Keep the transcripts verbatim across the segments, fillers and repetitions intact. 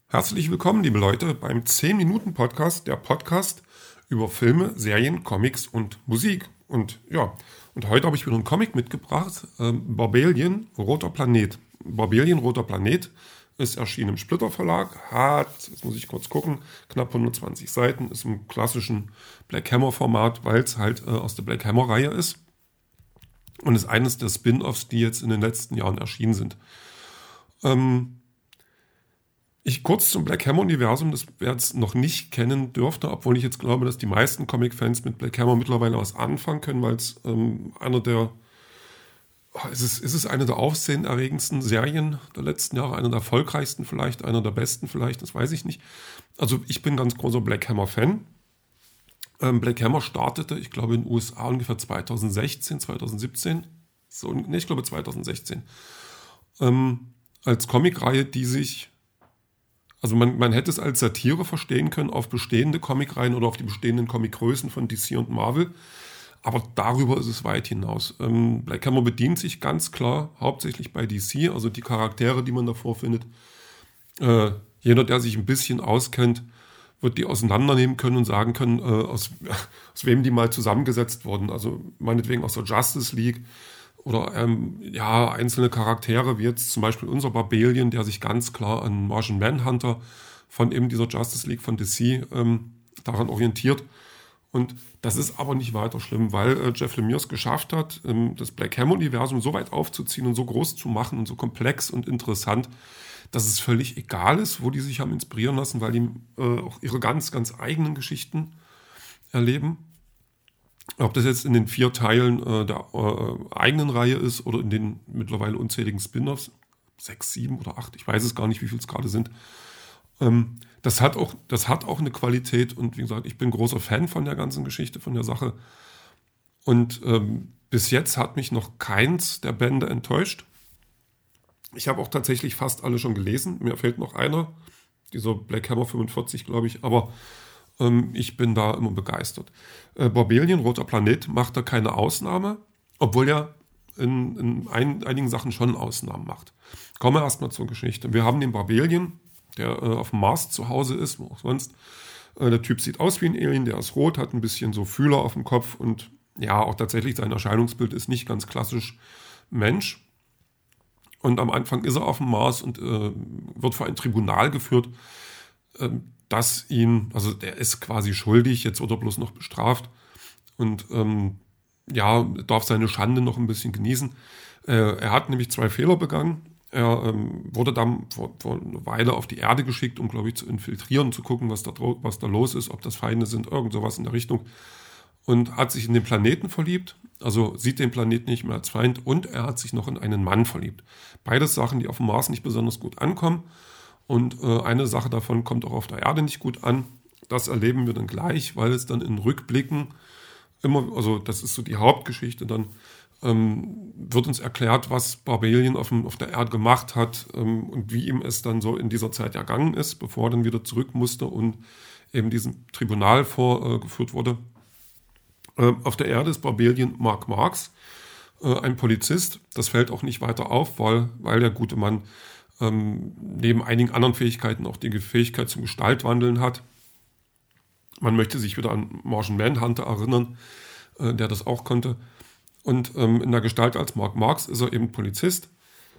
Herzlich willkommen, liebe Leute, beim zehn-Minuten-Podcast, der Podcast über Filme, Serien, Comics und Musik. Und ja, und heute habe ich wieder einen Comic mitgebracht, ähm, Barbelien, Roter Planet. Barbelien, Roter Planet ist erschienen im Splitter Verlag, hat, jetzt muss ich kurz gucken, knapp hundertzwanzig Seiten, ist im klassischen Black Hammer-Format, weil es halt äh, aus der Black Hammer-Reihe ist und ist eines der Spin-Offs, die jetzt in den letzten Jahren erschienen sind. Ähm, Ich kurz zum Black Hammer-Universum, das wer es noch nicht kennen dürfte, obwohl ich jetzt glaube, dass die meisten Comic-Fans mit Black Hammer mittlerweile was anfangen können, weil es ähm, einer der, oh, ist es, ist es eine der aufsehenerregendsten Serien der letzten Jahre, einer der erfolgreichsten vielleicht, einer der besten vielleicht, das weiß ich nicht. Also ich bin ganz großer Black Hammer-Fan. Ähm, Black Hammer startete, ich glaube in den U S A ungefähr zweitausendsechzehn, zweitausendsiebzehn, so, nee, ich glaube zweitausendsechzehn, ähm, als Comicreihe, die sich Also man, man hätte es als Satire verstehen können auf bestehende Comicreihen oder auf die bestehenden Comicgrößen von D C und Marvel. Aber darüber ist es weit hinaus. Ähm, Black Hammer bedient sich ganz klar hauptsächlich bei D C, also die Charaktere, die man davor findet. Äh, jeder, der sich ein bisschen auskennt, wird die auseinandernehmen können und sagen können, äh, aus, aus wem die mal zusammengesetzt wurden. Also meinetwegen aus der Justice League. Oder ähm, ja, einzelne Charaktere, wie jetzt zum Beispiel unser Barbelien, der sich ganz klar an Martian Manhunter von eben dieser Justice League von D C ähm, daran orientiert. Und das ist aber nicht weiter schlimm, weil äh, Jeff Lemire es geschafft hat, ähm, das Black Hammer-Universum so weit aufzuziehen und so groß zu machen und so komplex und interessant, dass es völlig egal ist, wo die sich haben inspirieren lassen, weil die äh, auch ihre ganz, ganz eigenen Geschichten erleben. Ob das jetzt in den vier Teilen äh, der äh, eigenen Reihe ist oder in den mittlerweile unzähligen Spin-Offs, sechs, sieben oder acht, ich weiß es gar nicht, wie viel es gerade sind. Ähm, das hat auch, das hat auch eine Qualität und wie gesagt, ich bin großer Fan von der ganzen Geschichte, von der Sache. Und ähm, bis jetzt hat mich noch keins der Bände enttäuscht. Ich habe auch tatsächlich fast alle schon gelesen. Mir fehlt noch einer, dieser Black Hammer fünfundvierzig, glaube ich, aber ich bin da immer begeistert. Äh, Barbelien, Roter Planet, macht da keine Ausnahme, obwohl er in, in ein, einigen Sachen schon Ausnahmen macht. Kommen wir erstmal zur Geschichte. Wir haben den Barbelien, der äh, auf dem Mars zu Hause ist, wo auch sonst. Äh, der Typ sieht aus wie ein Alien, der ist rot, hat ein bisschen so Fühler auf dem Kopf und ja, auch tatsächlich sein Erscheinungsbild ist nicht ganz klassisch Mensch. Und am Anfang ist er auf dem Mars und äh, wird vor ein Tribunal geführt, äh, dass ihn, also der ist quasi schuldig, jetzt wird er bloß noch bestraft und ähm, ja, darf seine Schande noch ein bisschen genießen. Äh, er hat nämlich zwei Fehler begangen. Er ähm, wurde dann vor, vor einer Weile auf die Erde geschickt, um, glaube ich, zu infiltrieren, zu gucken, was da, was da los ist, ob das Feinde sind, irgend sowas in der Richtung. Und hat sich in den Planeten verliebt, also sieht den Planeten nicht mehr als Feind und er hat sich noch in einen Mann verliebt. Beides Sachen, die auf dem Mars nicht besonders gut ankommen. Und äh, eine Sache davon kommt auch auf der Erde nicht gut an. Das erleben wir dann gleich, weil es dann in Rückblicken immer, also das ist so die Hauptgeschichte, dann ähm, wird uns erklärt, was Barbelien auf, dem, auf der Erde gemacht hat ähm, und wie ihm es dann so in dieser Zeit ergangen ist, bevor er dann wieder zurück musste und eben diesem Tribunal vorgeführt äh, wurde. Äh, auf der Erde ist Barbelien Mark Marks, äh, ein Polizist. Das fällt auch nicht weiter auf, weil, weil der gute Mann Ähm, neben einigen anderen Fähigkeiten auch die Fähigkeit zum Gestaltwandeln hat. Man möchte sich wieder an Martian Manhunter erinnern, äh, der das auch konnte. Und ähm, in der Gestalt als Mark Marks ist er eben Polizist.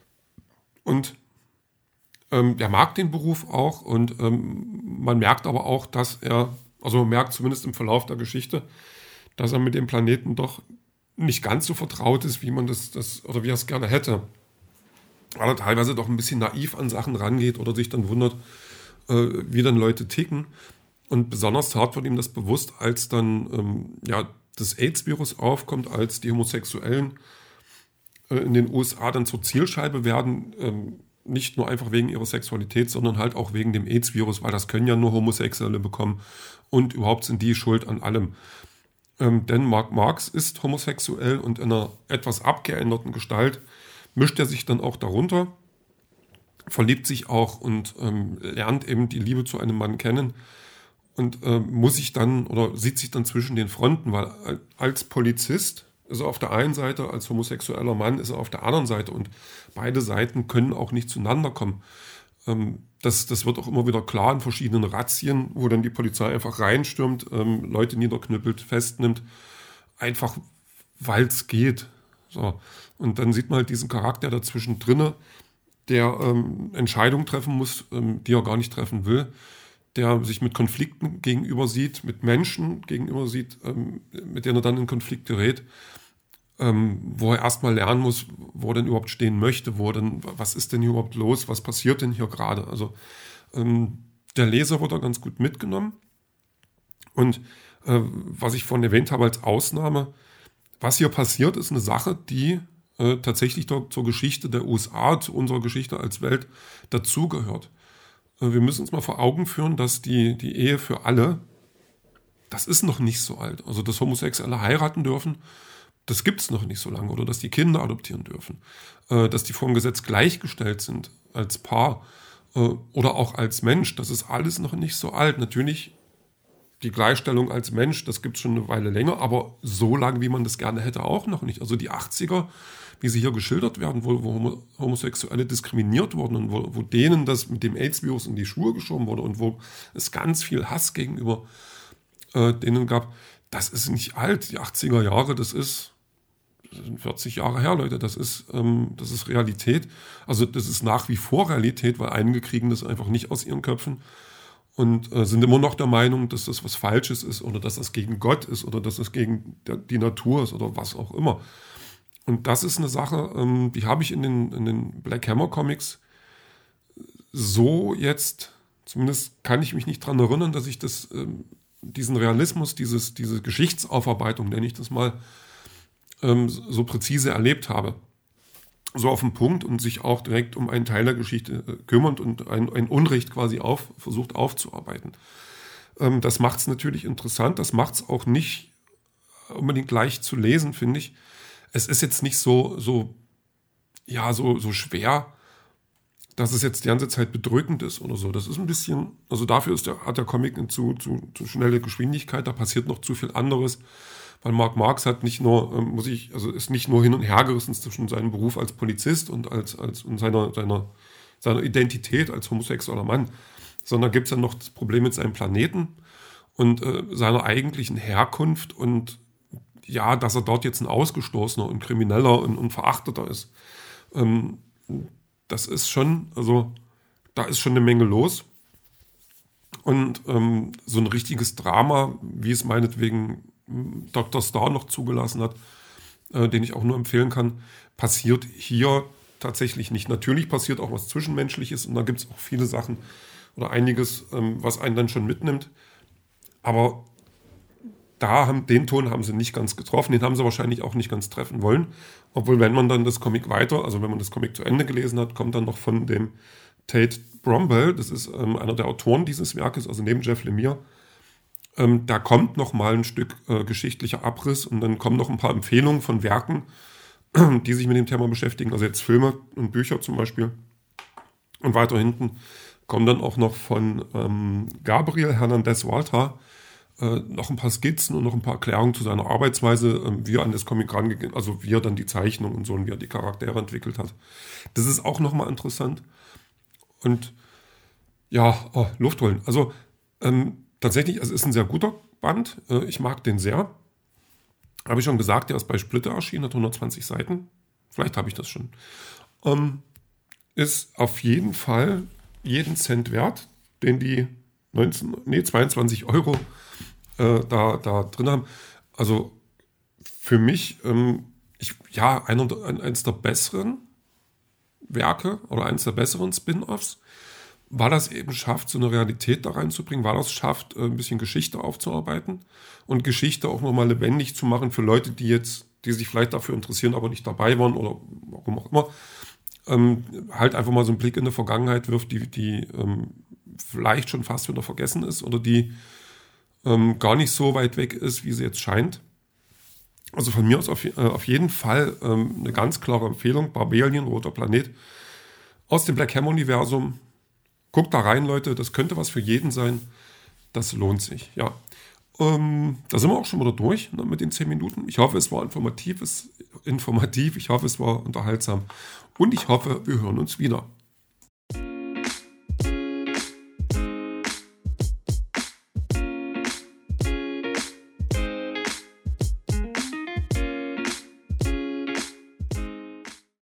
Und ähm, er mag den Beruf auch und ähm, man merkt aber auch, dass er, also man merkt zumindest im Verlauf der Geschichte, dass er mit dem Planeten doch nicht ganz so vertraut ist, wie man das, das oder wie er es gerne hätte. Weil er teilweise doch ein bisschen naiv an Sachen rangeht oder sich dann wundert, äh, wie dann Leute ticken. Und besonders hart wird ihm das bewusst, als dann ähm, ja, das AIDS-Virus aufkommt, als die Homosexuellen äh, in den U S A dann zur Zielscheibe werden, ähm, nicht nur einfach wegen ihrer Sexualität, sondern halt auch wegen dem AIDS-Virus, weil das können ja nur Homosexuelle bekommen und überhaupt sind die schuld an allem. Ähm, denn Mark Marks ist homosexuell und in einer etwas abgeänderten Gestalt mischt er sich dann auch darunter, verliebt sich auch und ähm, lernt eben die Liebe zu einem Mann kennen und äh, muss sich dann oder sieht sich dann zwischen den Fronten, weil als Polizist ist er auf der einen Seite, als homosexueller Mann ist er auf der anderen Seite und beide Seiten können auch nicht zueinander kommen. Ähm, das, das wird auch immer wieder klar in verschiedenen Razzien, wo dann die Polizei einfach reinstürmt, ähm, Leute niederknüppelt, festnimmt, einfach weil es geht. So. Und dann sieht man halt diesen Charakter dazwischen drinne, der ähm, Entscheidungen treffen muss, ähm, die er gar nicht treffen will, der sich mit Konflikten gegenüber sieht, mit Menschen gegenüber sieht, ähm, mit denen er dann in Konflikte gerät, ähm, wo er erstmal lernen muss, wo er denn überhaupt stehen möchte, wo denn, was ist denn hier überhaupt los, was passiert denn hier gerade. Also ähm, der Leser wird da ganz gut mitgenommen. Und äh, was ich vorhin erwähnt habe als Ausnahme, was hier passiert, ist eine Sache, die äh, tatsächlich zur, zur Geschichte der U S A, zu unserer Geschichte als Welt dazugehört. Äh, wir müssen uns mal vor Augen führen, dass die, die Ehe für alle, das ist noch nicht so alt. Also dass Homosexuelle heiraten dürfen, das gibt es noch nicht so lange. Oder dass die Kinder adoptieren dürfen. Äh, dass die vor dem Gesetz gleichgestellt sind als Paar äh, oder auch als Mensch. Das ist alles noch nicht so alt. Natürlich die Gleichstellung als Mensch, das gibt es schon eine Weile länger, aber so lange, wie man das gerne hätte, auch noch nicht. Also die achtziger, wie sie hier geschildert werden, wo, wo Homosexuelle diskriminiert wurden und wo, wo denen das mit dem AIDS-Virus in die Schuhe geschoben wurde und wo es ganz viel Hass gegenüber äh, denen gab, das ist nicht alt. Die achtziger Jahre, das ist, das sind vierzig Jahre her, Leute, das ist, ähm, das ist Realität. Also das ist nach wie vor Realität, weil einige kriegen das einfach nicht aus ihren Köpfen. Und äh, sind immer noch der Meinung, dass das was Falsches ist oder dass das gegen Gott ist oder dass das gegen der, die Natur ist oder was auch immer. Und das ist eine Sache, ähm, die habe ich in den, in den Black Hammer Comics so jetzt, zumindest kann ich mich nicht dran erinnern, dass ich das, ähm, diesen Realismus, dieses, diese Geschichtsaufarbeitung, nenne ich das mal, ähm, so präzise erlebt habe. So auf den Punkt und sich auch direkt um einen Teil der Geschichte äh, kümmert und ein, ein Unrecht quasi auf, versucht aufzuarbeiten. Ähm, das macht es natürlich interessant, das macht es auch nicht unbedingt leicht zu lesen, finde ich. Es ist jetzt nicht so, so, ja, so, so schwer, dass es jetzt die ganze Zeit bedrückend ist oder so. Das ist ein bisschen, also dafür ist der, hat der Comic eine zu, zu, zu schnelle Geschwindigkeit, da passiert noch zu viel anderes. Weil Mark Marx hat nicht nur, ähm, muss ich, also ist nicht nur hin und her gerissen zwischen seinem Beruf als Polizist und als, als und seiner, seiner, seiner Identität als homosexueller Mann, sondern gibt es dann noch das Problem mit seinem Planeten und äh, seiner eigentlichen Herkunft und ja, dass er dort jetzt ein Ausgestoßener und Krimineller und, und Verachteter ist. Ähm, das ist schon, also da ist schon eine Menge los. Und ähm, so ein richtiges Drama, wie es meinetwegen Doktor Starr noch zugelassen hat, äh, den ich auch nur empfehlen kann, passiert hier tatsächlich nicht. Natürlich passiert auch was Zwischenmenschliches und da gibt es auch viele Sachen oder einiges, ähm, was einen dann schon mitnimmt. Aber da haben, den Ton haben sie nicht ganz getroffen, den haben sie wahrscheinlich auch nicht ganz treffen wollen. Obwohl, wenn man dann das Comic weiter, also wenn man das Comic zu Ende gelesen hat, kommt dann noch von dem Tate Brombell, das ist ähm, einer der Autoren dieses Werkes, also neben Jeff Lemire, Ähm, da kommt noch mal ein Stück äh, geschichtlicher Abriss und dann kommen noch ein paar Empfehlungen von Werken, die sich mit dem Thema beschäftigen, also jetzt Filme und Bücher zum Beispiel. Und weiter hinten kommen dann auch noch von ähm, Gabriel Hernandez Walter äh, noch ein paar Skizzen und noch ein paar Erklärungen zu seiner Arbeitsweise, äh, wie er an das Comic rangegangen, also wie er dann die Zeichnung und so und wie er die Charaktere entwickelt hat. Das ist auch noch mal interessant. Und ja, oh, Luft holen. Also ähm, tatsächlich, es ist ein sehr guter Band. Ich mag den sehr. Habe ich schon gesagt, der ist bei Splitter erschienen, hat hundertzwanzig Seiten. Vielleicht habe ich das schon. Ähm, ist auf jeden Fall jeden Cent wert, den die neunzehn, nee, zweiundzwanzig Euro äh, da, da drin haben. Also für mich, ähm, ich, ja, einer, eines der besseren Werke oder eines der besseren Spin-Offs, weil das eben schafft, so eine Realität da reinzubringen, weil das schafft, ein bisschen Geschichte aufzuarbeiten und Geschichte auch nochmal lebendig zu machen für Leute, die jetzt, die sich vielleicht dafür interessieren, aber nicht dabei waren oder warum auch immer, ähm, halt einfach mal so einen Blick in die Vergangenheit wirft, die, die ähm, vielleicht schon fast wieder vergessen ist oder die ähm, gar nicht so weit weg ist, wie sie jetzt scheint. Also von mir aus auf, äh, auf jeden Fall ähm, eine ganz klare Empfehlung, Barbelien, Roter Planet, aus dem Black Hammer-Universum. Guckt da rein, Leute, das könnte was für jeden sein. Das lohnt sich, ja. Ähm, da sind wir auch schon wieder durch, ne, mit den zehn Minuten. Ich hoffe, es war informativ, es, informativ. Ich hoffe, es war unterhaltsam. Und ich hoffe, wir hören uns wieder.